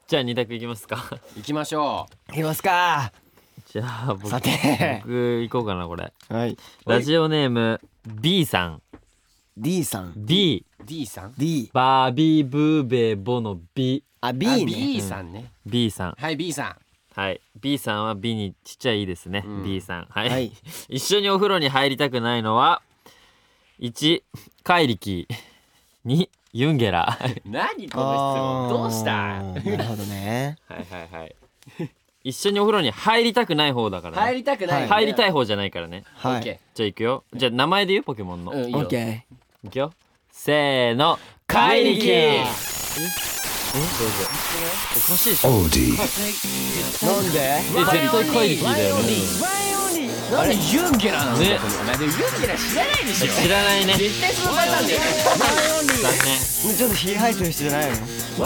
じゃあ2択いきますか。 行きましょいきますか。 じゃあ僕さて行こうかなこれ。 はいラジオネーム B さん。 D さん B う。 D さん。 D バービーブーベーボの B。 あ B あね B さんね。 B さん。 はい B さん。 はい B さんは B にちっちゃいいですね、 うん B さん。はい、 はい。 一緒にお風呂に入りたくないのは1怪力、2ユンゲラ。はい何この質問どうしたあーなるほどね。 はいはい一緒にお風呂に入りたくない方だからね。 入りたくないよね。 入りたい方じゃないからね。 はいオッケじゃあ行くよ。じゃあ名前で言うポケモンの、 ー。いいよオッケー。 いくよせーの怪力。どうぞ。おかしいでしょ。 なんで？ 絶対怪力だよね。 なんでユンゲラなの？ ねお前でユンゲラ知らないでしょ。 知らないね。 絶対そのパターンで。 残念。 ちょっとひげ生えてる人じゃないの？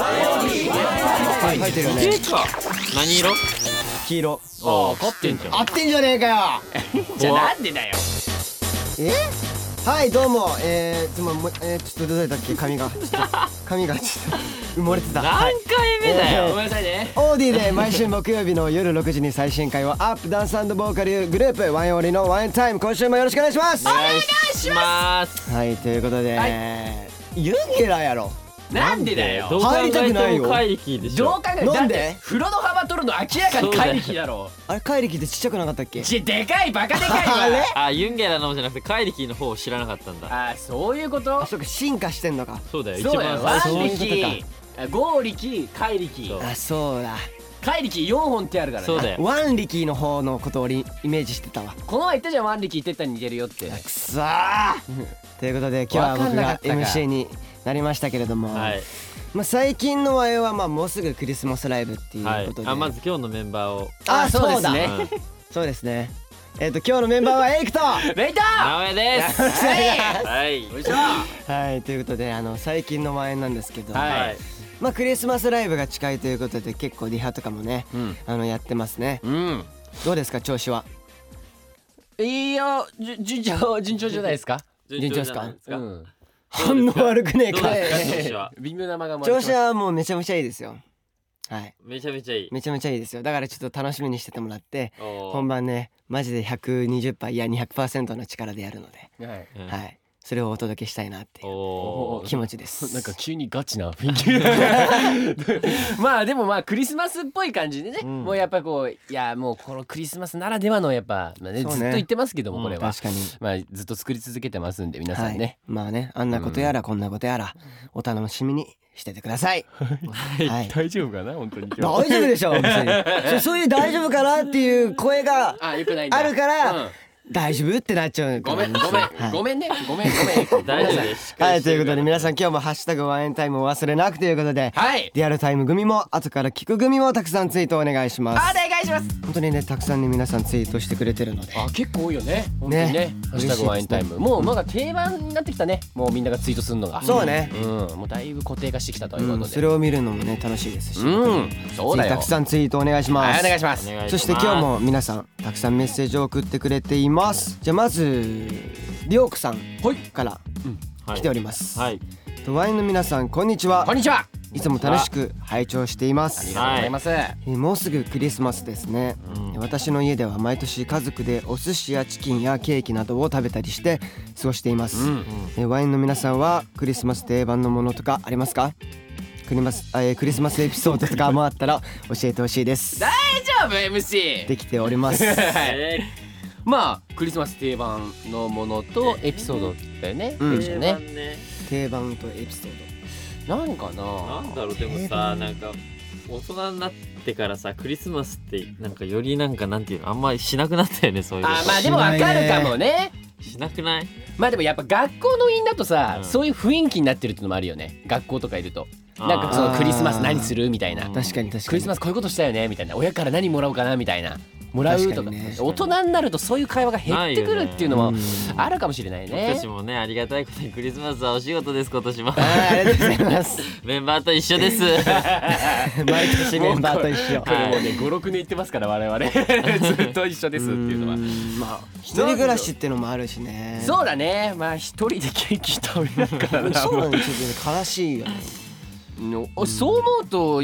生えてるよね。 何色？ 黄色。 ああ、勝ってんじゃん。 合ってんじゃねえかよ。 じゃあなんでだよ。 はいどうもつまもちょっとどうだったっけ髪がちょっと埋もれてた。 何はい。 回目だよ。 ごめんなさいね。 オーディで毎週木曜日の夜6時に最新回をアップダンス&ボーカルグループワンオリのワンタイム、今週もよろしくお願いします。 お願いします。 はいということで、 はユンゲラやろ。 なんでだよ。 どう考入りたくえないよても怪力でしょ。 どう考えてなんでだって風呂の幅取るの明らかに怪力だろ。 あれ怪力ってちっちゃくなかったっけ？ でかいバカでかいわ。 あれあ、ユンゲラの方じゃなくて怪力の方を知らなかったんだ。 あ、そういうことあ。そうか進化してんのか。 そうだよ。一そうだよ。 番最ワン初。 そういう力、5力、怪力そう。 あそうだ。 怪力4本ってあるからね。 そうだよ。 ワン力の方のことをイメージしてたわ。 この前言ったじゃん、ワン力言ってたに似てるよって。 くそーということで今日はわかん僕がなかったか MC になりましたけれども、 はい。 まあ、最近の話題はまあもうすぐクリスマスライブっていうはいことで、 あ、まず今日のメンバーを。 あそうですねそうだそうですね。今日のメンバーはエイクとレイト直江です。はい。 よいしょ。 はいということで最近の話題なんですけど、 はいまあクリスマスライブが近いということで結構リハとかもね、やってますね。 うん。 どうですか調子は？ いいよ、順調じゃないですか。 順調ですか？ うん。 反応悪くねえか。 どうですか調子は。 微妙な間が調子はもうめちゃめちゃいいですよ。はいめちゃめちゃいい。 めちゃめちゃいいですよ。だからちょっと楽しみにしててもらっておー本番ねマジで120%いや 200% の力でやるので、 はい。 うんはいそれをお届けしたいなっていうおー気持ちです。 なんか急にガチな雰囲気。まあでもまあクリスマスっぽい感じでね、 んもうやっぱこういやもうこのクリスマスならではのやっぱ、まあね、 そうねずっと言ってますけどもこれは、 確かにまあずっと作り続けてますんで皆さはいんね、 まあねあんなことやらこんなことやらお楽しみにしててください。はい大丈夫かな本当に今大丈夫でしょ別にそういう大丈夫かなっていう声があよくないんだあるから、 うん大丈夫ってなっちゃうからごめんごめん、 はいごめんねごめん大丈夫です。しっかはいというりしてるからことで皆さん今日もハッシュタグワンエンタイムを忘れなくということで、 はいリアルタイム組も後から聞く組もたくさんツイートお願いします。 お願いします。 本当にねたくさんね皆さんツイートしてくれてるのであ結構多いよね本当にねハッシュタグワインタイムもうなんか定番になってきたねもうみんながツイートするのがそうね、 うんもうだいぶ固定化してきたということで、 それを見るのもね楽しいですし、 うんそうだよぜひたくさんツイートお願いします。 はいお願いしますお願いします。 そして今日も皆さんたくさんメッセージを送ってくれています。じゃあまずりょうくさんはいからはい来ております。 はい。 ワインの皆さんこんにちは。 こんにちは。 いつも楽しく拝聴しています。 ありがとうございます。 もうすぐクリスマスですね、私の家では毎年家族でお寿司やチキンやケーキなどを食べたりして過ごしています、ワインの皆さんはクリスマス定番のものとかありますか？クリスマスエピソードとかもあったら教えてほしいです。 大丈夫 MC。 できておりますまあクリスマス定番のものとエピソードだよね。 うんでしたね。 定番とエピソー何かな。 なんだろうでもさなんか大人になってからさクリスマスってなんかよりなんかなんていうのあんまりしなくなったよねそういうの。 あまあでもわかるかもね。 しなくない？ まあでもやっぱ学校の院だとさ、 うんそういう雰囲気になってるっていうのもあるよね。学校とかいると。 あーなんかそのクリスマス何するみたいな。 ド。確かに確かに。 クリスマスこういうことしたよねみたいな。親から何もらおうかなみたいな。もらうとか確かにね大人になるとそういう会話が減ってくるっていうのもあるかもしれないね。 僕たちもねありがたいことにクリスマスはお仕事です今年もありがとうございます。 メンバーと一緒です毎年メンバーと一緒。 これもうね5、6年言ってますから我々ずっと一緒ですっていうのは。 まあ一人暮らしってのもあるしね。 そうだね。まあ一人でケーキ食べるからな。 そうなんですよね。悲しいよね。 そう思うと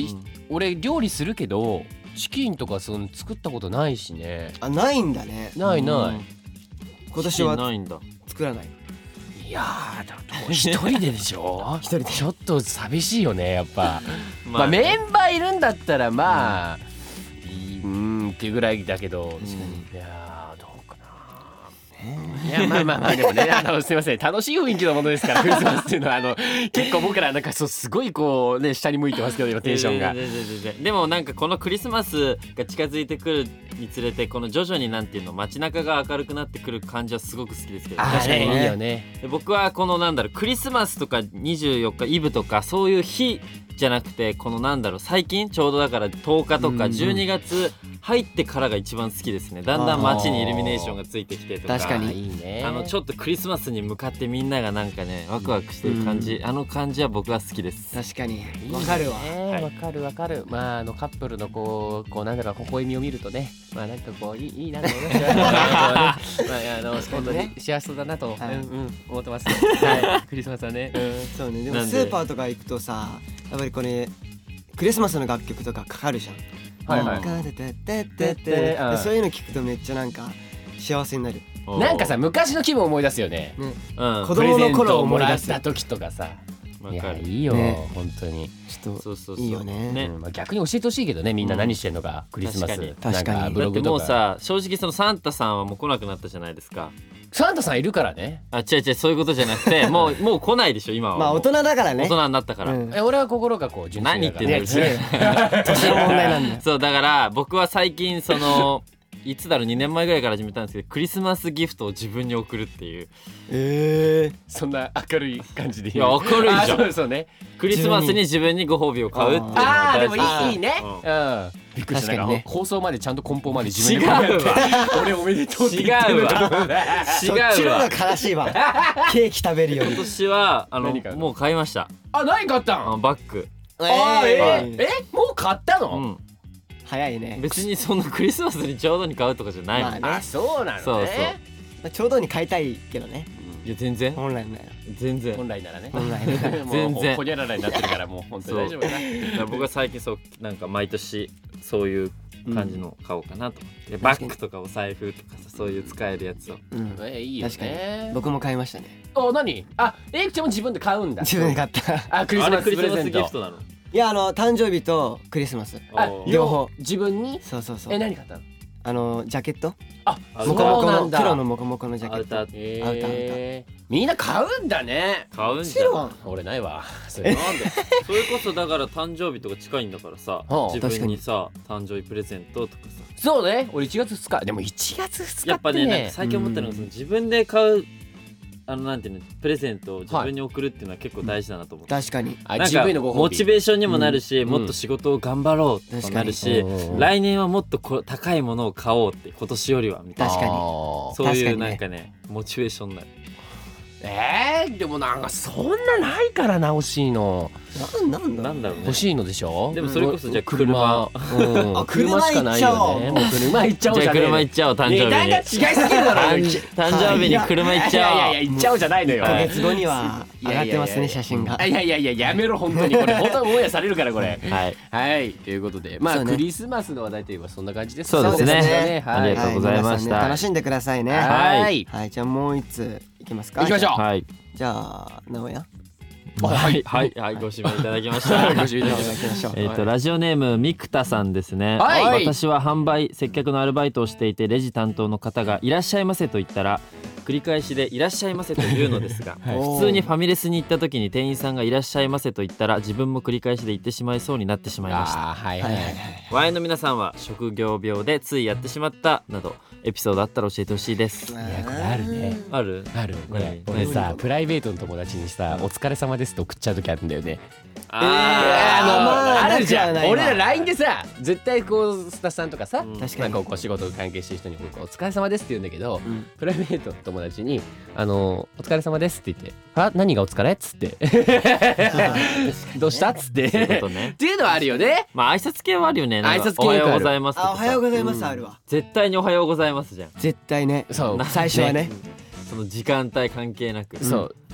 俺料理するけどチキンとか作ったことないしね。 あ、ないんだね。 ないな今年はないんだ。 作らない。 い。いやーでも一人ででしょ一人でちょっと寂しいよねやっぱまあねメンバーいるんだったらまあっていうぐらいだけど、いやーどうかな。いやまあまあまあでもねすいません楽しい雰囲気のものですからクリスマスっていうのは結構僕らなんかすごいこうね下に向いてますけど今テンションが。 でもなんかこのクリスマスが近づいてくるにつれてこの徐々になんていうの街中が明るくなってくる感じはすごく好きですけど、 確かにいいよね。 で僕はこのなんだろうクリスマスとか24日イブとかそういう日じゃなくてこのなんだろう最近ちょうどだから10日とか12月入ってからが一番好きですね。だんだん街にイルミネーションがついてきてとか、 確かにいいね。 ちょっとクリスマスに向かってみんながなんかねワクワクしてる感じ、あの感じは僕は好きです。 確かにわかるわ。 わかるわかる。まあカップルのこうなんだろう微笑みを見るとね、まあなんかこういいなと思いますよ。まあ本当に幸せそうだなと思ってます。はい。クリスマスはね。 そうね。でもスーパーとか行くとさ、やっぱりこれクリスマスの楽曲とかかかるじゃん。 はいはい。 そういうの聞くとめっちゃなんか幸せになる。 なんかさ昔の気分を思い出すよね。 子供の頃を思い出す。 プレゼントをもらった時とかさ。いやいいよ本当に。 ちょっといいよね。 逆に教えてほしいけどねみんな何してんのかクリスマス。 確かに。 ブログとか。 もうさ正直そのサンタさんはもう来なくなったじゃないですか。 サンタさんいるからね。 あ違うそういうことじゃなくてもう来ないでしょ今は。 まあ大人だからね。 大人になったから。 俺は心がこう純粋だから。 何言ってんの。年の問題なんだよ。 そうだから僕は最近いつだろう2年前ぐらいから始めたんですけどクリスマスギフトを自分に送るっていう。 そんな明るい感じで。 いや明るいじゃん。 そうね。 クリスマスに自分にご褒美を買うっていうのがでも大事。 いいね。びっくりしたね。放送までちゃんと梱包まで自分で。違うわ。 俺おめでとうって違う言ってるわ。 そっちの方が悲しいわ。ケーキ食べるより。 今年はもう買いました。 何買ったん？ バッグ。 もう買ったの？ 早いね。 別にそのクリスマスにちょうどに買うとかじゃないもんね。 あ、そうなのね。 そうちょうどに買いたいけどね。 いや全然。 本来なら。 全然。 本来ならね。 全然。 ほにゃららになってるからもう本当に大丈夫だ。 僕は最近なんか毎年そういう感じの買おうかなと思って。バッグとかお財布とかさそういう使えるやつを。 いいよね。 確かに。僕も買いましたね。 何？エイクちゃんも自分で買うんだ。 自分で買った。 クリスマスプレゼント。 ギフトなの？ いや誕生日とクリスマス両方自分に。 そう何買ったの？ ジャケット。 モコモコの黒のモコモコのジャケット。 アウター。 みんな買うんだね。 買うんじゃん。 俺ないわ。 なんで？それこそだから誕生日とか近いんだからさ自分にさ誕生日プレゼントとかさ。 そうね。俺1月2日。でも1月2日やっぱねなんか最近思ったのが自分で買うなんていうのプレゼントを自分に送るっていうのは結構大事だなと思って。 確かに。 自分のご褒美。 モチベーションにもなるし、もっと仕事を頑張ろうとなるし、来年はもっと高いものを買おうって今年よりはみたいな。 確かに。 そういうなんかねモチベーションになる。 でもなんかそんなないからな欲しいの。 なんだろうね。 欲しいのでしょ。 でもそれこそじゃあ車。 車しかないよね。もう車行っちゃおうじゃねえ。 車行っちゃおう誕生日に。 値段が違いすぎるだろ。 誕生日に車行っちゃおう。 いや行っちゃおうじゃないのよ。 1ヶ月後には上がってますね写真が。 いややめろ本当にこれ本当にオンエアされるからこれ。はいということでクリスマスの話題といえばそんな感じです。 そうですね。ありがとうございました。 楽しんでくださいね。 はい。 じゃあもう一ついきますか。 行きましょう。 はい。 じゃあ直哉。 はいご指名いただきました。 ご指名いただきましょう。 ラジオネームミクタさんですね。私は販売接客のアルバイトをしていてレジ担当の方がいらっしゃいませと言ったら繰り返しでいらっしゃいませと言うのですが、普通にファミレスに行った時に店員さんがいらっしゃいませと言ったら自分も繰り返しで言ってしまいそうになってしまいました。ワインの皆さんは職業病でついやってしまったなどエピソードあったら教えてほしいです。 いやこれあるね。 あるこれ俺さプライベートの友達にさお疲れ様ですって送っちゃう時あるんだよね。あるじゃん。俺ら LINE でさ絶対こうスタッフさんとかさなんかこう仕事関係してる人にお疲れ様ですって言うんだけどプライベートの友達にお疲れ様ですって言って何がお疲れっつってどうしたっつってっていうのはあるよね。 まあ挨拶系はあるよね。 挨拶系おはようございますとか。 おはようございますあるわ。 絶対におはようございますじゃん。 絶対ね。 そう最初はね。 その時間帯関係なく。 そう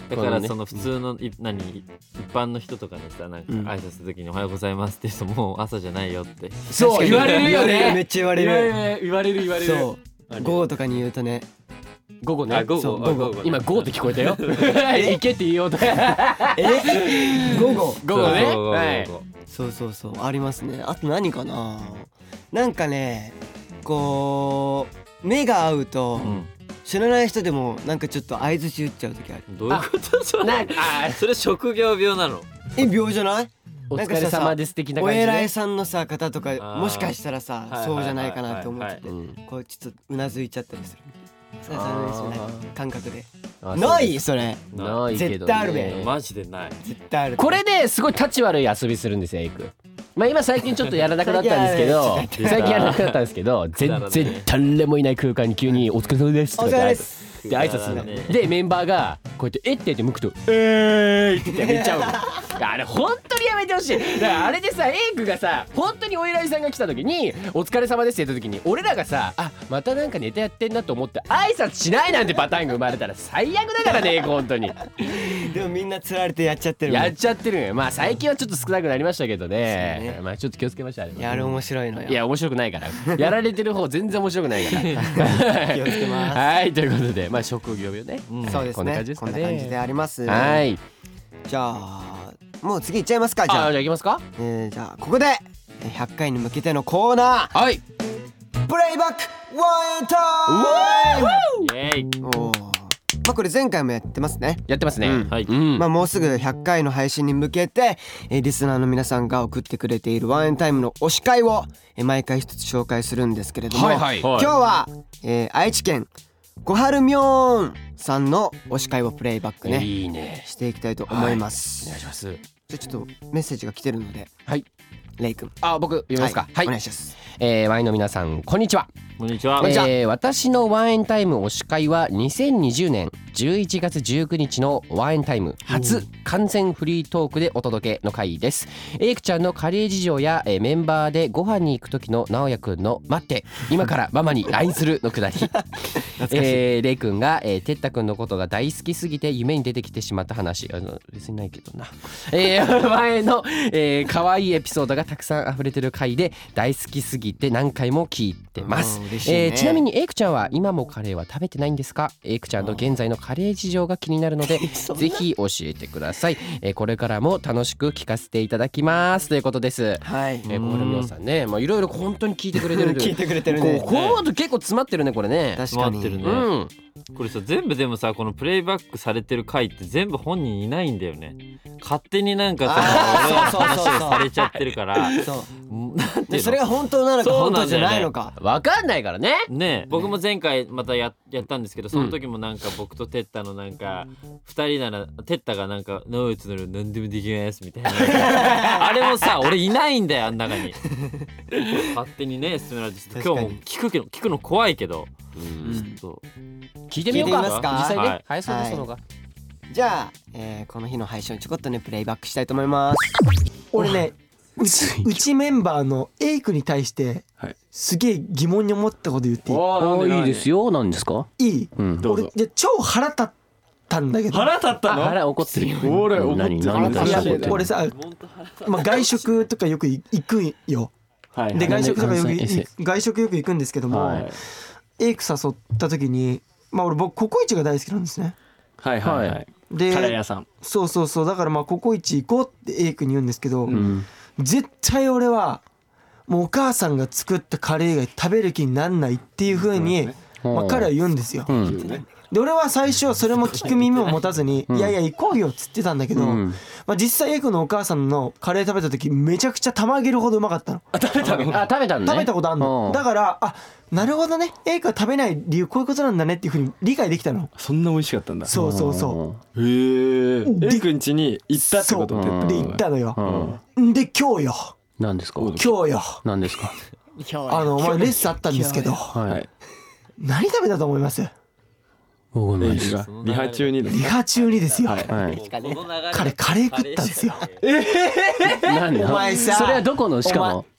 だからその普通の一般の人とかにさなんか挨拶する時におはようございますって言うともう朝じゃないよってそう言われるよね。 めっちゃ言われる。 言われるそう午後とかに言うとね、 午後ね。 午後今午後って聞こえたよ。行けって言おうと。 午後ね。 はい。 そうありますね。あと何かな、なんかねこう目が合うと、知らない人でもなんかちょっと相槌打っちゃう時ある。 どういうことそれ？それ職業病なの？ 病じゃない？ お疲れ様です的な感じで。 お偉いさんのさ方とかもしかしたらさそうじゃないかなって思ってて、こうちょっとうなずいちゃったりする。感覚で。ないそれ。 ないけどね。 絶対あるべ。 マジでない。 絶対ある。 これですごいタチ悪い遊びするんですよエイク。まあ今最近ちょっとやらなくなったんですけど最近やらなくなったんですけど全然誰もいない空間に急にお疲れ様ですとかで挨拶するでメンバーがこうやってって言って向くとって言ってめっちゃあれ本当にやめてほしい。だからあれでさエイクがさ本当にお偉いさんが来た時にお疲れ様ですって言った時に俺らがさまたなんかネタやってんなと思って挨拶しないなんてパターンが生まれたら最悪だからねエイク本当に。 でもみんな釣られてやっちゃってる。 やっちゃってるよ。まあ最近はちょっと少なくなりましたけどね。まあちょっと気をつけましょう。 あれ面白いのよ。 いや面白くないからやられてる方全然面白くないから気をつけます。 はいということでまあ職業病ね。 そうですね。こんな感じであります。 はい。 じゃあもう次いっちゃいますか。じゃあ行きますか。 じゃあここで100回に向けてのコーナー。 はい。 プレイバックワンタイム。まあこれ前回もやってますね。 やってますね。 はい。 まあもうすぐ100回の配信に向けてリスナーの皆さんが送ってくれているワンエンタイムの推し会を毎回一つ紹介するんですけれども、今日は愛知県小春みょーんさんの推し会をプレイバックねしていきたいと思います。 お願いします。 じゃあちょっとメッセージが来てるので、 はい。 レイ君。 僕読みますか。はい。 お願いします。 ワインの皆さんこんにちは。 こんにちは。 私のワンエンタイム推し会は2020年11月19日のワンエンタイム初完全フリートークでお届けの回です。エイクちゃんのカレー事情やメンバーでご飯に行く時の直哉くんの待って今からママに LINE するのくだりレイくんがテッタくんのことが大好きすぎて夢に出てきてしまった話別にないけどな前の可愛いエピソードがたくさん溢れてる回で大好きすぎて何回も聞いてます。ちなみにエイクちゃんは今もカレーは食べてないんですか？エイクちゃんの現在のカレー事情が気になるのでぜひ教えてください。これからも楽しく聞かせていただきますということです。はい。小春みょうさんね、まあいろいろ本当に聞いてくれてる聞いてくれてるね。 この後結構詰まってるねこれね。 確かに。 詰まってるね。これさ全部でもさこのプレイバックされてる回って全部本人いないんだよね。勝手になんかさ俺の話をされちゃってるから。 でそれが本当なのか本当じゃないのか分かんないからね。 ね僕も前回またやったんですけどその時もなんか僕とテッタのなんか2人ならテッタがなんかノーツの何でもできないやつみたいなあれもさ俺いないんだよあん中に勝手にね進められて今日も聞くの怖いけどちょっと聞いてみようか実際ね。 はいそうですのがじゃあこの日の配信をちょこっとねプレイバックしたいと思います。 俺ねうちメンバーのエイクに対してすげえ疑問に思ったこと言っていい？ いいですよ。何ですか？ いい？俺じゃ超腹立ったんだけど。 腹立ったの？ 腹怒ってるよ。 俺怒ってる。 俺さ、まあ外食とかよく行くんよ。で外食よく行くんですけども、エイク誘った時に、まあ僕ココイチが大好きなんですね。 はいはいはい。 でカレー屋さん。 そうだからまあココイチ行こうってエイクに言うんですけど。絶対俺はもうお母さんが作ったカレー以外食べる気になんないっていう風にまあ彼は言うんですよ。で俺は最初それも聞く耳も持たずにいやいや行こうよっつってたんだけど、まあ実際エイクのお母さんのカレー食べた時めちゃくちゃたまげるほどうまかったの。 食べたの？食べたのね。 食べたことあんの。だからなるほどねエイクが食べない理由こういうことなんだねっていう風に理解できたの。 そんな美味しかったんだ。 そうへえ。エイクん家に行ったってことで行ったのよ。で今日よ。 何ですか？ 今日よ。 何ですか？ レッスンあったんですけど何食べたと思います？ リハ中にですよ。彼カレー食ったんですよ。 お前さそれはどこのしかも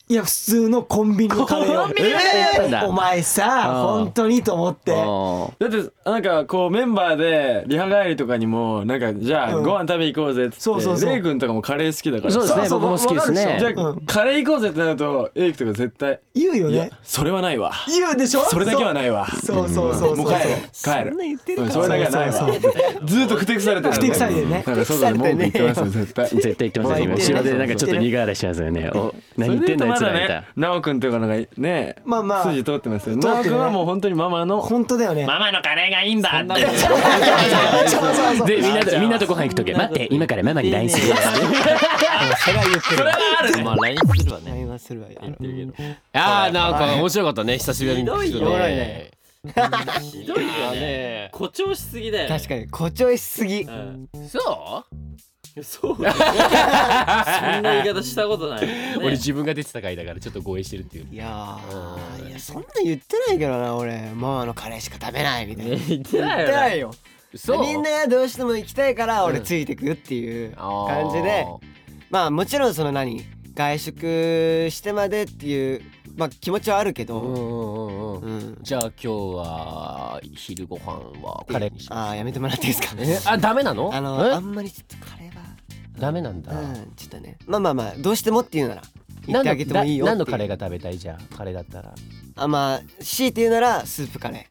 いや普通のコンビニのカレーをコンビニのカレーだったんだお前さ本当にと思ってだってなんかこうメンバーでリハ帰りとかにもなんかじゃあご飯食べ行こうぜってそうそうそうレイ君とかもカレー好きだからそうですね、 そう僕も好きですね。 じゃあカレー行こうぜってなるとエイクとか絶対いや言うよねそれはないわ言うでしょそれだけはないわそうそうそうそうもう帰るそんな言ってるからそれだけはないわそうずっとふてくされてるふてくされてるねなんかそうだね文句言ってますよ絶対絶対言ってますよ。後ろでなんかちょっと苦笑いしますよね。お、何言ってんのあいつらみたいな。 なおくんとかのがねまあまあ筋通ってますよ通ってるねなおくんはもう本当にママの本当だよねママのカレーがいいんだって。 そうそうそうでみんなとご飯行くとき待って今からママに LINE する。 それは言ってるそれはあるまあ LINE するわね会話するわよ言ってるけどあーなんか面白かったね久しぶりに聞くとひどいよね。 ひどいよね誇張しすぎだよ確かに誇張しすぎうんそそうだよそんな言い方したことない、ね、 う？俺自分が出てた回だからちょっと護衛してるっていう。 いやそんな言ってないけどな俺ママのカレーしか食べないみたいな言ってない言っよねてないよそう。 みんなどうしても行きたいから俺ついてくっていう感じでまあもちろんその外食してまでっていうまあ気持ちはあるけどうんじゃあ今日は昼ご飯はカレーにします。 やめてもらっていいですかあダメなの？ あんまりちょっとカレーはダメなんだ。 ちょっとねまあどうしてもっていうなら言ってあげてもいいよっていう何のカレーが食べたいじゃあカレーだったら。 まあ強いて言うならスープカレ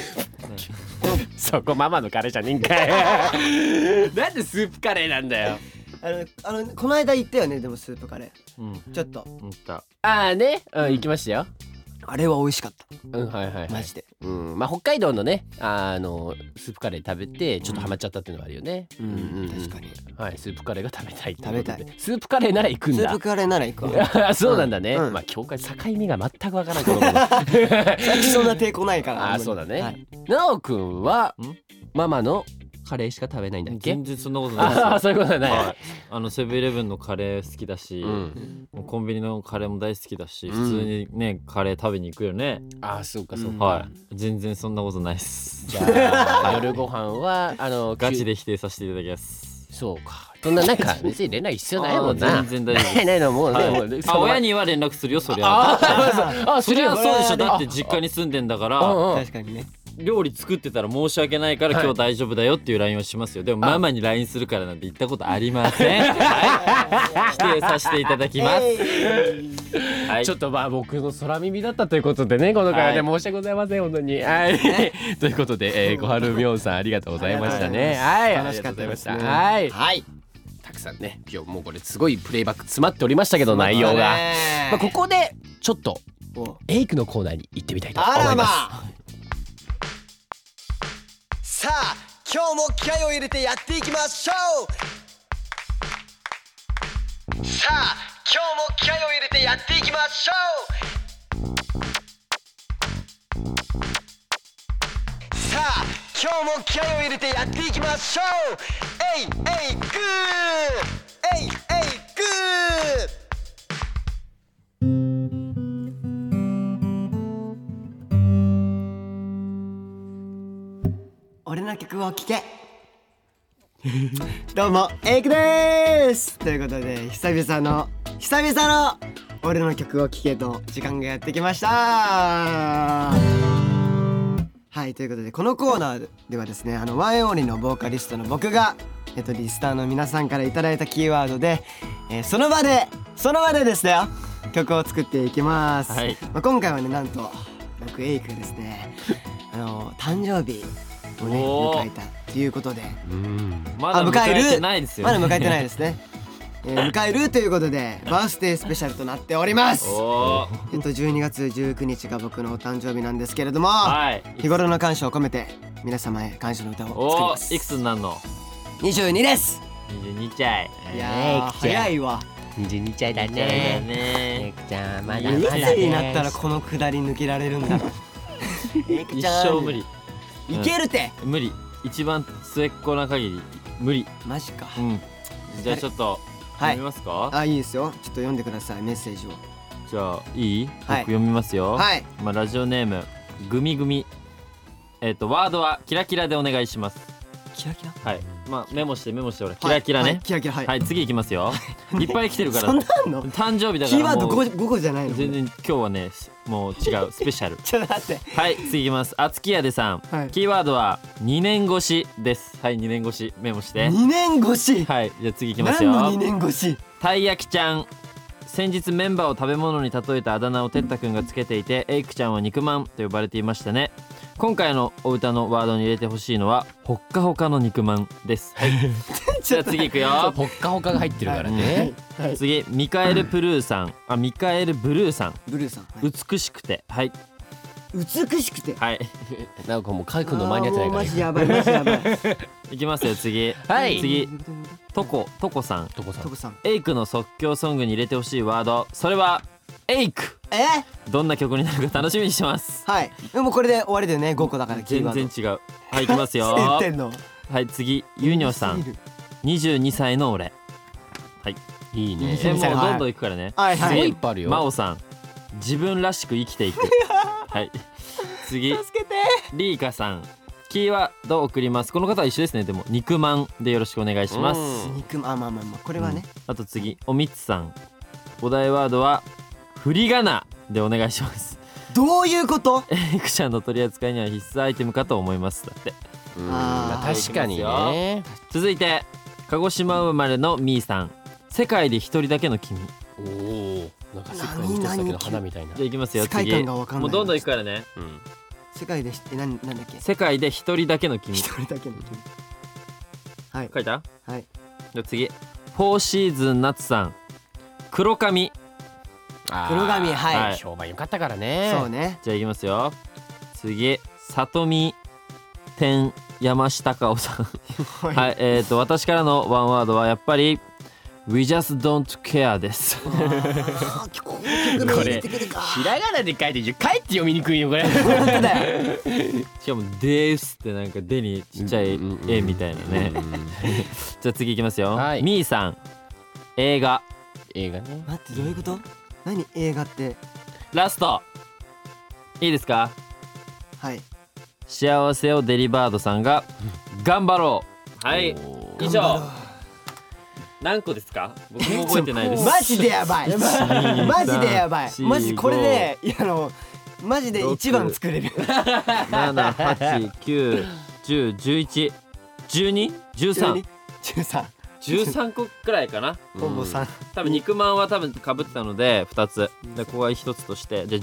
そこママのカレーじゃねえんかい。なんでスープカレーなんだよ。 ーこの間言ったよねでもスープカレうんーちょっと言ったああね、行きましたよ。 あれは美味しかったはいはい。 マジでまあ北海道のねスープカレー食べてちょっとハマっちゃったっていうのがあるよね。 確かにはいスープカレーが食べたいって食べたいことでスープカレーなら行くんだ。 スープカレーなら行くわそうなんだね。 うんまあ境界境目が全くわからん子供の。 さっきそんな抵抗ないからそうだね。 はいなおくんはママのカレーしか食べないんだっけ？ 全然そんなことないですよああそういうことはない。 はいセブンイレブンのカレー好きだし、もうコンビニのカレーも大好きだし、普通にねカレー食べに行くよね。 あそうかそうか。 はい全然そんなことないっす。 じゃあ夜ご飯はガチで否定させていただきます。 そうか。そんななんか別に連絡必要ないもんな。 全然大丈夫です。 ないのもうね。もう親には連絡するよそりゃ。そりゃそうでしょ。だって実家に住んでんだから確かにね料理作ってたら申し訳ないから今日大丈夫だよっていう LINE をしますよ。でもママに LINE するからなんて言ったことありません。はい否定させていただきます。はいちょっとまあ僕の空耳だったということでねこのからで申し訳ございません本当に。はいということで小春みょんさんありがとうございましたね。はい楽しかったですねはいはいたくさんね今日もうこれすごいプレイバック詰まっておりましたけど内容がまあここでちょっとエイクのコーナーに行ってみたいと思います。 さあ今日も気合を入れてやっていきましょうさあ今日も気合を入れてやっていきましょうさあ今日も気合を入れてやっていきましょうえいえいグーえいえいグー俺の曲を聴けどうもエイクですということで久々の俺の曲を聴けの時間がやってきましたはいということでこのコーナーではですねワンエンオンリーのボーカリストの僕がリスターの皆さんからいただいたキーワードで、その場でですよ曲を作っていきます、 はい今回はねなんと僕エイクですね誕生日をね迎えたということでまだ迎えてないですよね。 まだ迎えてないですね、迎えるということでバースデースペシャルとなっております12月19日が僕のお誕生日なんですけれども、 はい日頃の感謝を込めて皆様へ感謝の歌を作りますいくつになんの 22です 22歳いやー早いわ 22歳だだねじゃあまいつになったらこのくだり抜けられるんだろう一生無理いけるて無理一番末っ子な限り無理マジかじゃあちょっとはい読みますか。 いいですよちょっと読んでくださいメッセージをじゃあいい僕はい読みますよ。 はいラジオネームグミグミワードはキラキラでお願いします。 キラキラはいメモしてほらキラキラね。 キラキラはいはい次いきますよ。 いっぱい来てるからそんなあんの？ 誕生日だキーワードからもう 5個じゃないの？ 全然今日はねもう違うスペシャルちょっと待って。 はい次いきますあつきやでさん、 はいキーワードは2年越しですはい2年越しメモして 2年越し。 はいじゃあ次いきますよ何の2年越し？ たい焼きちゃん先日メンバーを食べ物に例えたあだ名をてったくんがつけていてエイクちゃんは肉まんと呼ばれていましたね今回のお歌のワードに入れてほしいのはほっかほかの肉まんですはいじゃあ次いくよほっかほかが入ってるからね。 はい。 次ミカエル・プルーさんミカエル・ブルーさんブルーさん。はい美しくてはい美しくて。 はいなんかもう書くの間に合ってないからマジやばいマジやばい。 いきますよ次はい次トコさんとこさん。 トコさん。 エイクの即興ソングに入れてほしいワードそれはエイクどんな曲になるか楽しみにしてますはい。でもこれで終わりだよね。5個だからキー全ワード。 然違うはいいきますよ言ってんの。 はい次ユニョさん22歳の俺いいね。 もうどんどんいくからねはいはすごいいい。 っぱいあるよ。 真央さん自分らしく生きていくはい次助けて。 リーカさんキーワードを送りますこの方は一緒ですねでも肉まんでよろしくお願いします肉まんまあこれはね。 あと次おみつさんお題ワードは振り仮名でお願いしますどういうこと？ エイクちゃんの取り扱いには必須アイテムかと思いますだってうんあーまあ確かにね。 続いて鹿児島生まれのみーさん世界で一人だけの君おお。なんか世界に一つだけの花みたいなじゃ。あいきますよ世界次観がわかんないもうどんどんいくからねうん。 世界でなんだっけ？ 世界で一人だけの君一人だけの君。はい書いたはい。 じゃあ次フォーシーズン夏さん黒髪黒髪はい。 評判良かったからね。 そうね。 じゃあいきますよ次里見天山下香さんはい私からのワンワードはやっぱり We just don't care ですこの曲名入れてくるか。 ひらがなで書いてかえって読みにくいよこれ。 本当だよ。 しかも「です」ってなんか「で」にちっちゃい絵みたいなねじゃあ次いきますよ、 はいみーさん映画映画ね。 待ってどういうこと？何映画って？ ラストいいですかはい。 幸せをデリバードさんが頑張ろうはいお以上何個ですか僕も覚えてないですマジでやばい。マジでやばい。 4 マジこれでマジで一番作れる。 78910111213 13 13個くらいかなほぼ3。 多分肉まんは多分かぶってたので2つでここが1つとしてじゃあ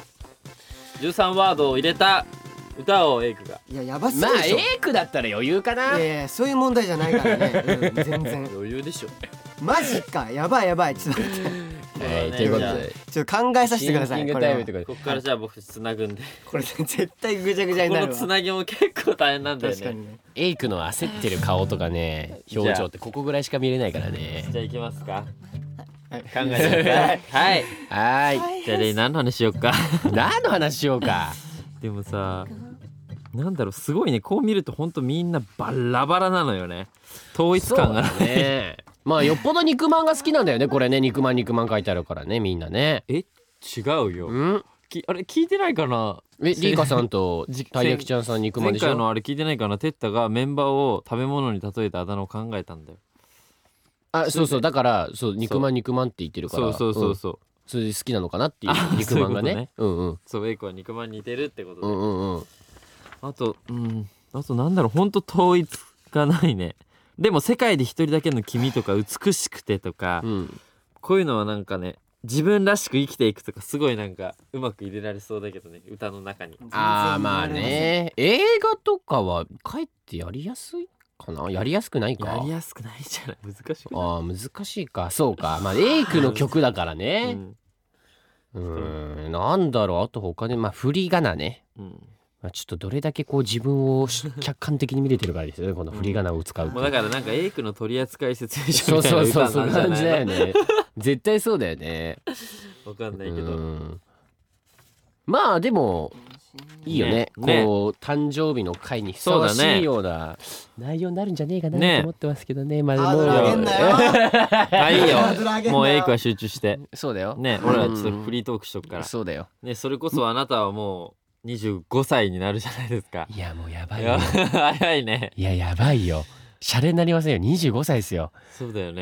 13ワードを入れた歌をエイクがいややばすぎまあでしょ。 エイクだったら余裕かな。 いやいやそういう問題じゃないからね。うん全然。 余裕でしょマジかやばいやばい。ちょっと待ってはいということでちょっと考えさせてください。 シンキングこれはタイムとかでここからじゃあ僕つなぐんでこれ絶対ぐちゃぐちゃにこなるわ。 のつなぎも結構大変なんだよね確かにね。 エイクの焦ってる顔とかね表情ってここぐらいしか見れないからね。 じゃあ行きますかはい考えてくださいはいはじゃあレイ何の話しようかーい。何の話しようか。 でもさなんだろうすごいねこう見るとほんとみんなバラバラなのよね統一感がない、 ね。まあよっぽど肉まんが好きなんだよねこれね肉まん書いてあるからねみんなね。 違うようんあれ聞いてないかなリーカさんとじたい焼きちゃんさん肉まん前でしょ。 回のあれ聞いてないかなテッタがメンバーを食べ物に例えたあだ名を考えたんだよあそうそうだからそう肉まんって言ってるからそううんそうそれで好きなのかなっていうあ肉まんがそういうね。うんうんそうエイクは肉まんに似てるってことで、 うんあとなんだろうほんと統一がないねでも世界で一人だけの君とか美しくてとか、 うんこういうのはなんかね自分らしく生きていくとかすごいなんかうまく入れられそうだけどね歌の中にあーまあね映画とかはかえってやりやすいかなやりやすくないか。 やりやすくないじゃない難しくないあー難しいかそうかまあエイクの曲だからね。 うんなんだろうあと他でまあ振り仮名ね。 うんまあちょっとどれだけこう自分を客観的に見れてるかですよねこの振り仮名を使うと。 もうだからなんかエイクの取扱説明書そうみたいなそうそうそう歌なんじゃないの感じだよね。絶対そうだよね。 わかんないけどうんまあでもいいよねねこう誕生日の会にふさわしそうだねいような内容になるんじゃねえかなねと思ってますけどね。まハードル上げんなよ。 あいいよハードル上げんなよもうエイクは集中してそうだよ。 ね俺らちょっとフリートークしとくからそうだよ。 ねそれこそあなたはもう25歳になるじゃないですかいやもうやばいやいよ。 早いねいややばいよ。シャレになりませんよ。25歳ですよ。 そうだよね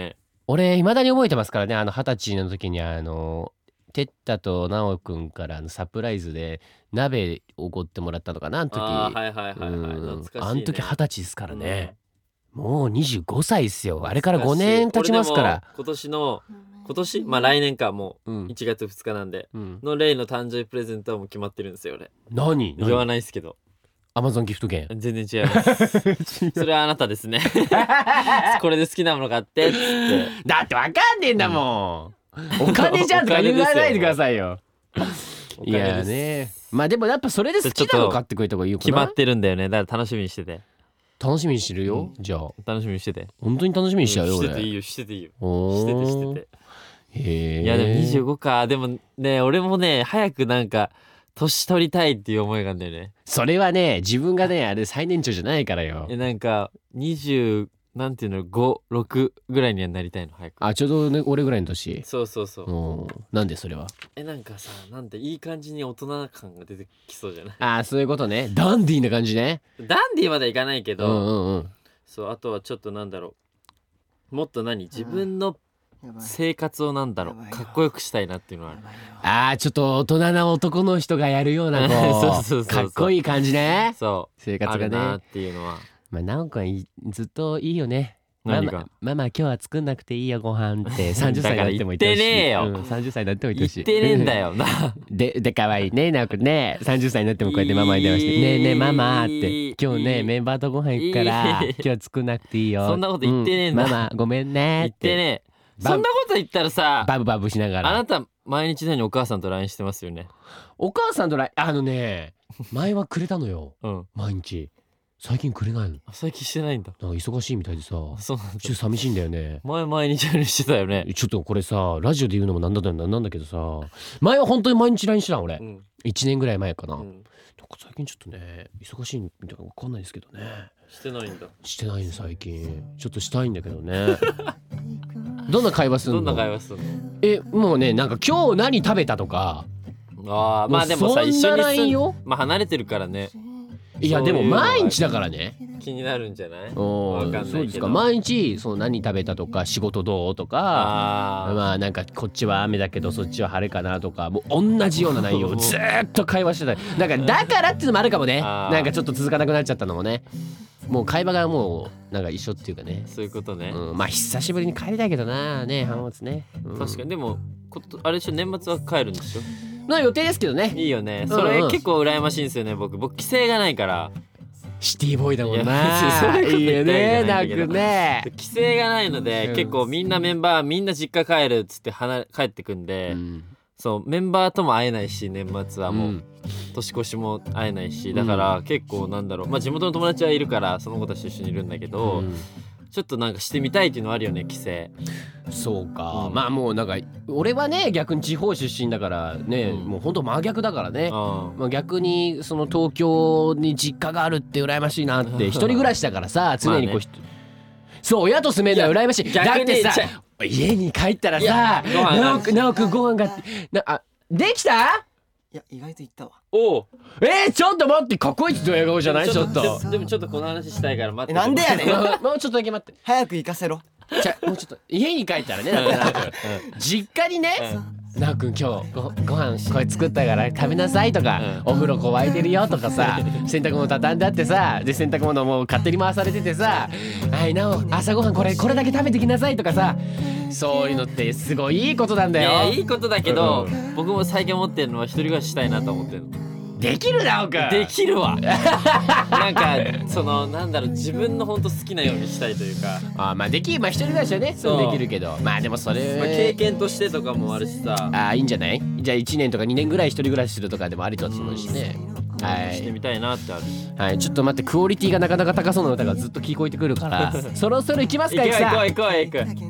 俺未だに覚えてますからね。20歳の時にテッタとナオくんからサプライズで鍋おごってもらったのかな、あの時。 はいはいはいはい、懐かしいね。 あの時20歳ですからね、もう25歳ですよ。あれから5年経ちますから。 今年まあ来年か、もう1月2日なんで、のレイの誕生日プレゼントはもう決まってるんですよ俺。 何言わないですけど。 アマゾンギフト券。 全然違いますそれはあなたですねこれで好きなもの買ってっつって。 だってわかんねえんだもん、お金じゃんとか言わないでくださいよいやね、まあでもやっぱそれで好きなの買ってくれた方がいいよ。 決まってるんだよね。だから楽しみにしてて。 楽しみにしてるよ、じゃあ楽しみにしてて。 本当に楽しみにしちゃうよ、 してていいよ、してていいよ、してて。 へえ。 いやでも25か。でもね、俺もね早くなんか年取りたいっていう思いがあるんだよね。 それはね、自分がねあれ最年長じゃないからよ。 なんか20なんていうの、5、6ぐらいにはなりたいの早く。 あ、ちょうどね俺ぐらいの年。 そうなんでそれは。 なんかさ、なんでいい感じに大人感が出てきそうじゃない？ あ、そういうことね。ダンディーな感じね。 ダンディーまでいかないけど、そう、あとはちょっとなんだろう、もっと自分の生活をなんだろう、かっこよくしたいなっていうのはある。 ちょっと大人な男の人がやるようなそうかっこいい感じね。 そう生活がねあるなっていうのは。 まあナオ君ずっといいよね。 何がママ今日は作んなくていいよご飯って30歳になっても言ってほしい。 言ってねえよ、 30歳になっても言ってほしい。 言ってねえんだよなで可愛いねナオ君ね。30歳になってもこうやってママに電話してねえねえママって今日ねメンバーとご飯行くから今日は作んなくていいよ。 そんなこと言ってねえんだ、 ママごめんねって言ってねえ。そんなこと言ったらさ、 バブバブしながら。 あなた毎日のようにお母さんと LINE してますよね。 お母さんと LINE 前はくれたのよ、毎日。最近くれないの。 最近してないんだ。 なんか忙しいみたいでさ。 そうなんだ。 ちょっと寂しいんだよね。 毎日 LINE してたよね。 ちょっとこれさラジオで言うのもなんだけどさ、前は本当に毎日 LINE してた俺、1年ぐらい前かな、なんか最近ちょっとね忙しいみたいな分かんないですけどね。 してないんだ。 してないの最近。ちょっとしたいんだけどねどんな会話するの？ どんな会話するの？ もうね、なんか今日何食べたとか。 まあでもさ、一緒に離れてるからね。 いやでも毎日だからね。 気になるんじゃない？ わかんないけど。そうですか。毎日何食べたとか仕事どうとか、まあなんかこっちは雨だけどそっちは晴れかなとか、もう同じような内容をずーっと会話してた。だからっていうのもあるかもね。なんかちょっと続かなくなっちゃったのもね。もう会話がもうなんか一緒っていうかね。 そういうことね。 まあ久しぶりに帰りたいけどなね、浜松ね。 確かに。でもあれでしょ、年末は帰るんでしょ？ の予定ですけどね。 いいよね。それ結構羨ましいんですよね。僕帰省がないから。 シティボーイだもんな。いいよね、なくね。 帰省がないので、結構みんなメンバーみんな実家帰るっつって帰ってくんで、そうメンバーとも会えないし、年末はもう年越しも会えないし、だから結構なんだろう、まあ地元の友達はいるからその子たちと一緒にいるんだけど、ちょっとなんかしてみたいっていうのはあるよね、帰省。 そうか、まあもうなんか俺はね逆に地方出身だからね、もうほんと真逆だからね。まあ逆にその東京に実家があるって羨ましいなって。一人暮らしだからさ、常にこうそう親と住めるのは羨ましい。だってさ家に帰ったらさ、なおくんご飯ができた？ いや意外と言ったわ。 おちょっと待って、かっこいいって笑顔じゃない？ちょっとでもちょっとこの話したいから待って。 なんでやねんもうちょっとだけ待って。 早く行かせろ。 もうちょっと家に帰ったらね、だってなく実家にね、なおくん今日ご飯これ作ったから食べなさいとか、お風呂こう沸いてるよとかさ、洗濯物畳んであってさ、で洗濯物もう勝手に回されててさ、はいなお朝ごはんこれだけ食べてきなさいとかさ、そういうのってすごいいいことなんだよ。 いいことだけど、僕も最近思ってるのは一人暮らししたいなと思ってるの。 できるなおくん。 できるわなんかそのなんだろう、自分の本当好きなようにしたいというか。 まあ一人暮らしはねそうできるけど、まあでもそれ、 経験としてとかもあるしさ。 いいんじゃない？じゃあ1年とか2年ぐらい一人暮らしするとかでもありと思うしね。 してみたいなってある。 はい、ちょっと待って、クオリティがなかなか高そうな歌がずっと聞こえてくるからそろそろ行きますか。 行く。おい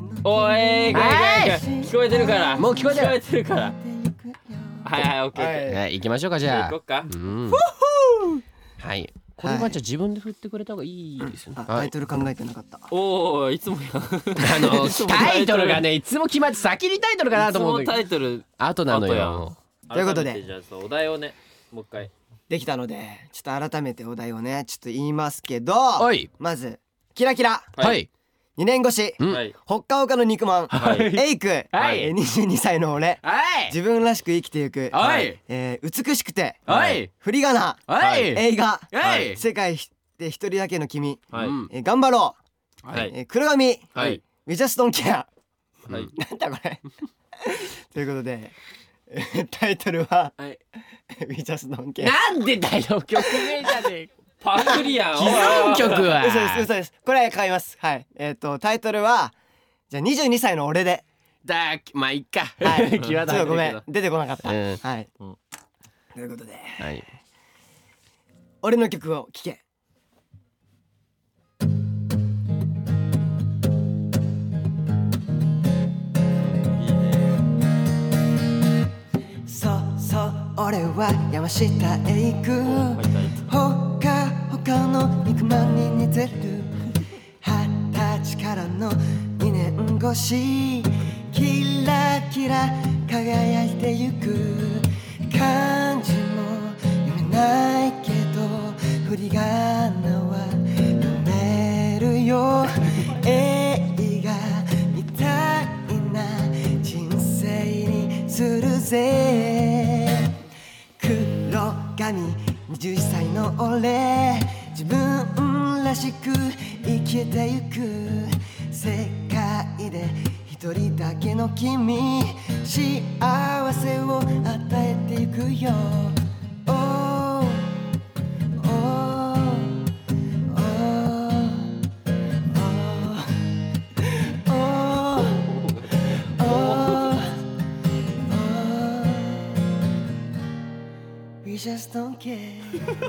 聞こえてるから。 もう聞こえてるから。はいオッケー。 はい、行きましょうか。じゃあ行こっか。 はい、これはじゃあ自分で振ってくれた方がいいですよね。 タイトル考えてなかった。 いつもやタイトルがねいつも決まって先にタイトルかなと思う。 いつもタイトル後なのよ。 ということでじゃあお題をねもう一回できたので、ちょっと改めてお題をねちょっと言いますけど、 はい、 まずキラキラ。 はい、 2年越し、 はい。 ほっかほかの肉まん、エイク、 はい 22歳の俺、 はい自分らしく生きていく、 はい美しくて、 はい振り仮名、 はい映画、 はい世界で一人だけの君、 はい。 頑張ろう、 はい。 黒髪、 はい。 We just don't care。 はい。 なんだこれということで、タイトルは、 はい We just don't care。 なんでだよ曲名じゃねえパクリやん。 既存曲は嘘です嘘です。これ買います。はい。タイトルはじゃあ22歳の俺で。 まあいっかはい。 際立ってるけどちょっとごめん出てこなかった。 うんはい。 うんということで、 はい俺の曲を聴け。そうそう俺は山下へ行く。ほかほかの肉まんに似てる。20歳からの2年越し、キラキラ輝いてゆく。漢字も読めないけど振り仮名は読めるよ。映画みたいな人生にするぜ。黒髪21歳の俺、自分らしく生きてゆく。世界で一人だけの君、幸せを与えてゆくよ。Oh, oh, oh, oh, oh, We just don't care。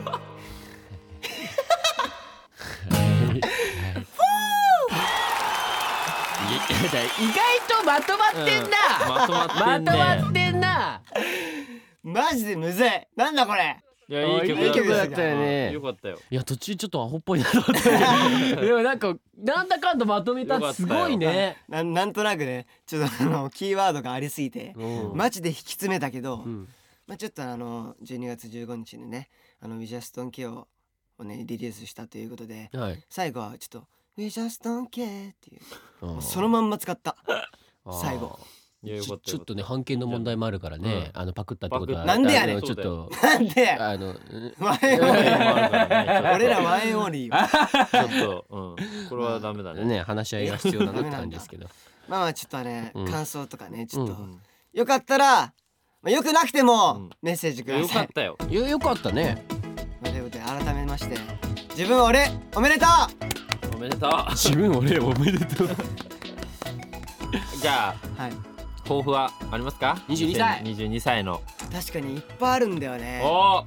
意外とまとまってんなまとまってんね。 まとまってんなマジでむずい。なんだこれ。 いや、いい曲いい曲だったよねよかったよ。 いや途中ちょっとアホっぽいなと思ってでもなんかなんだかんだまとめたってすごいねなんとなくね、ちょっとキーワードがありすぎてうんマジで引き詰めたけど、 んまあちょっと12月15日にねWe Just Don't Care をねリリースしたということで、 はい最後はちょっとWe Just Don't Care っていうあーそのまんま使った最後。 いや、よかったちょっとね版権の問題もあるからね、パクったってことはなんでやねんちょっとなんでワンエンオンリー俺らワンエンオンリーよ。 ちょっと、これはダメだね。 ね話し合いが必要だなって感じですけどまあちょっとね、感想とかねちょっと、 うんよかったら、まあ、よくなくても、 うんメッセージくだよさい。 かったよ。 よかったねまあということで改めまして自分俺おめでとう。 おめでとう。 自分俺おめでとうじゃあ、 はい抱負はありますか 22歳 22歳の。 確かにいっぱいあるんだよね。 お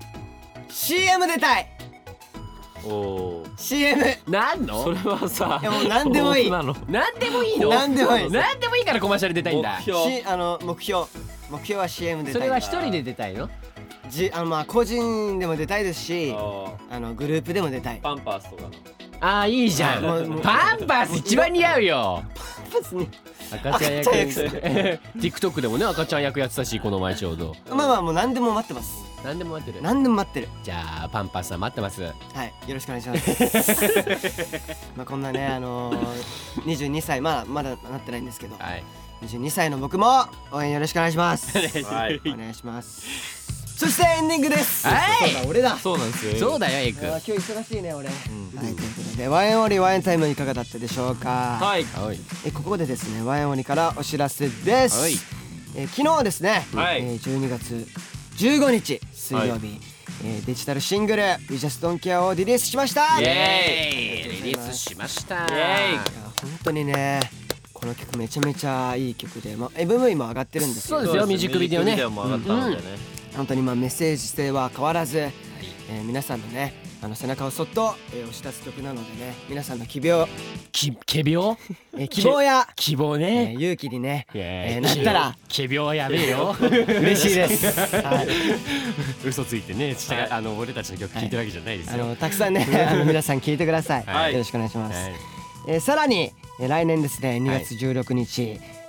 CM 出たい。 ーおー。 CM なんのそれはさ、 いやもう何でもいい抱負なの。 なんでもいいの何でもいいなんでもいいからコマーシャル出たいんだ目標。 目標は CM 出たい。 それは一人で出たいのまあ個人でも出たいですしあグループでも出たい。 ーパンパースとかの。 ああいいじゃんもうパンパース一番似合うよパスに赤ちゃん役赤ちゃん役 TikTok でもね赤ちゃん役やってたしこの前ちょうどまあまあもう何でも待ってます。 何でも待ってる何でも待ってる。 じゃあパンパースさん待ってますはいよろしくお願いしますまあこんなね22歳まだなってないんですけど、 はい 22歳の僕も応援よろしくお願いしますはい。 お願いします。そしてエンディングです。 はいそうだ俺だ。 そうなんですよ。 そうだよエイク今日忙しいね俺。はいということでワンエンオンリーワンエンタイムいかがだったでしょうか。 はい。 はいここでですねワンエンオンリーからお知らせです。 はい昨日ですね、 はい 12月15日水曜日、デジタルシングル「We Just Don't Care」をリリースしました。 イエーイリリースしましたイエーイいや本当にねこの曲めちゃめちゃいい曲で、MV も上がってるんですよ。 そうですよミュージックビデオねミュージックビデオも上がったのでね。 本当にメッセージ性は変わらず、皆さんのね背中をそっと、押し出す曲なのでね皆さんの希望、 仮病希望や、 希望ね勇気にね、 いやーなったら仮病はやべえよ嬉しいです。はい嘘ついてね俺たちの曲聴いてるわけじゃないですよたくさんね皆さん聞いてください、 はいよろしくお願いします、 はいさらに、来年ですね2月16日、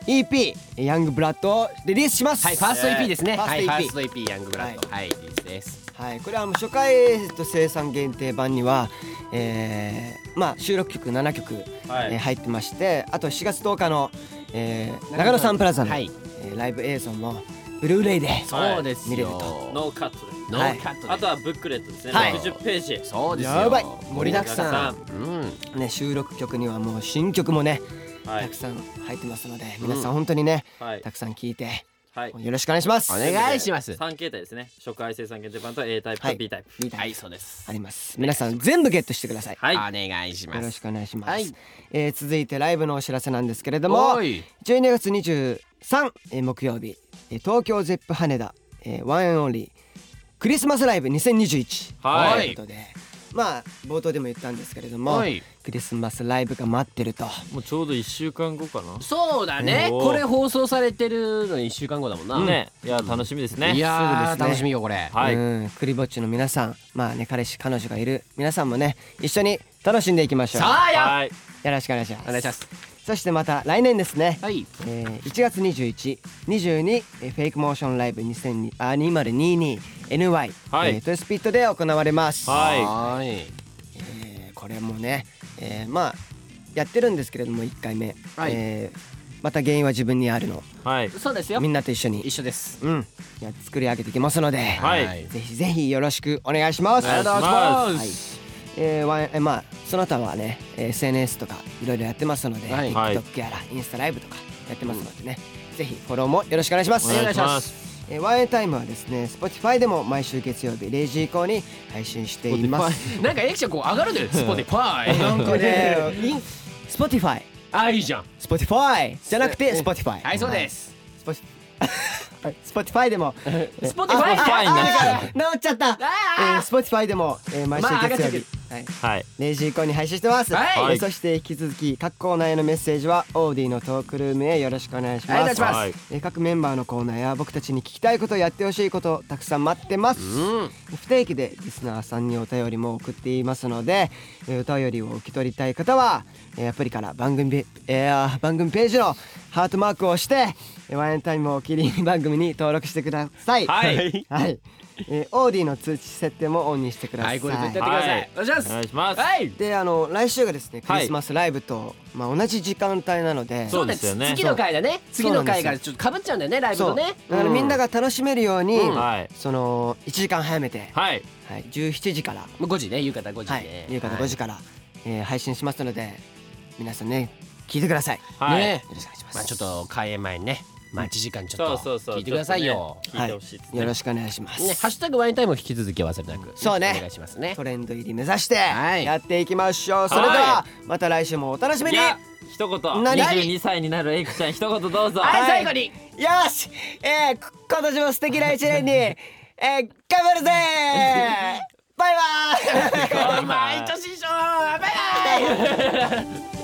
EP ヤングブラッドをリリースします。 はい、ファースト EP ですね。はい、ファースト EP EP ヤングブラッド、はい、リリースです。 はい、これは初回生産限定版には、収録曲7曲、入ってまして、あと4月10日の、長野サンプラザの、ライブ映像もブルーレイでそうです見れると。 ノーカットで。 ノーカットで。 あとはブックレットですね。60ページ。 そうですよ。 やばい盛りだくさん。 ね、収録曲にはもう新曲もね、たくさん入ってますので、皆さん本当にね、たくさん聴いて、よろしくお願いします。 お願いします。 3形態ですね。初回生産限定版と A タイプと B タイプ。 はい、そうです。 あります。皆さん全部ゲットしてください。 お願いします。 よろしくお願いします。続いてライブのお知らせなんですけれども、12月23木曜日、東京ゼップ羽田ワンエンオンリークリスマスライブ2021ということで、冒頭でも言ったんですけれども、クリスマスライブが待ってると。 もうちょうど1週間後かな。 そうだね。これ放送されてるの1週間後だもんな。 ね、いや楽しみですね。 いや楽しみよこれ。 クリぼっちの皆さん、彼氏彼女がいる皆さんもね、一緒に楽しんでいきましょう。 さあよろしくお願いします。 お願いします。 そしてまた来年ですね、 1 月21、22フェイクモーションライブ2022 NY トヨスピットで行われます。これもね、やってるんですけれども1回目、また原因は自分にあるの、 そうですよ。 みんなと一緒に一緒です。 作り上げていきますので、ぜひぜひよろしくお願いします。 お願いします。 その他はね SNS とかいろいろやってますので、TikTok やらインスタライブとかやってますのでね、ぜひフォローもよろしくお願いします。 お願いします。 ワンエンタイムはですね Spotify でも毎週月曜日0時以降に配信しています。 なんかエクションこう上がるね。Spotify なんかねSpotify いいじゃん。 Spotify じゃなくて Spotify。 はい、そうです。 Spotify でも Spotify 治っちゃった。Spotify でも毎週月曜日0時以降に配信してます。そして引き続き各コーナーへのメッセージはオーディのトークルームへよろしくお願いします。各メンバーのコーナーや僕たちに聞きたいこと、やってほしいことたくさん待ってます。不定期でリスナーさんにお便りも送っていますので、お便りを受け取りたい方はアプリから番組ページのハートマークを押してワンエンタイムを切り番組に登録してください。オーディの通知設定もオンにしてください。 これ絶対やってください。お願いします。 で来週がですねクリスマスライブと同じ時間帯なので、 そうですよね。次の回だね。次の回がちょっと被っちゃうんだよね、ライブとね。 だからみんなが楽しめるようにその1時間早めて17時から 5時ね、夕方5時ね、 夕方5時から配信しますので、皆さんね聞いてください。 ね、よろしくお願いします。ちょっと開演前にね、1時間ちょっと聞いてくださいよ。 よろしくお願いします。 ハッシュタグワインタイムを引き続き忘れなくお願いしますね。 トレンド入り目指してやっていきましょう。それではまた来週もお楽しみに。 一言、22歳になるエイクちゃん、一言どうぞ。 最後によし、今年も素敵な一年に頑張るぜ。バイバイ。 毎年一緒。バイバイ。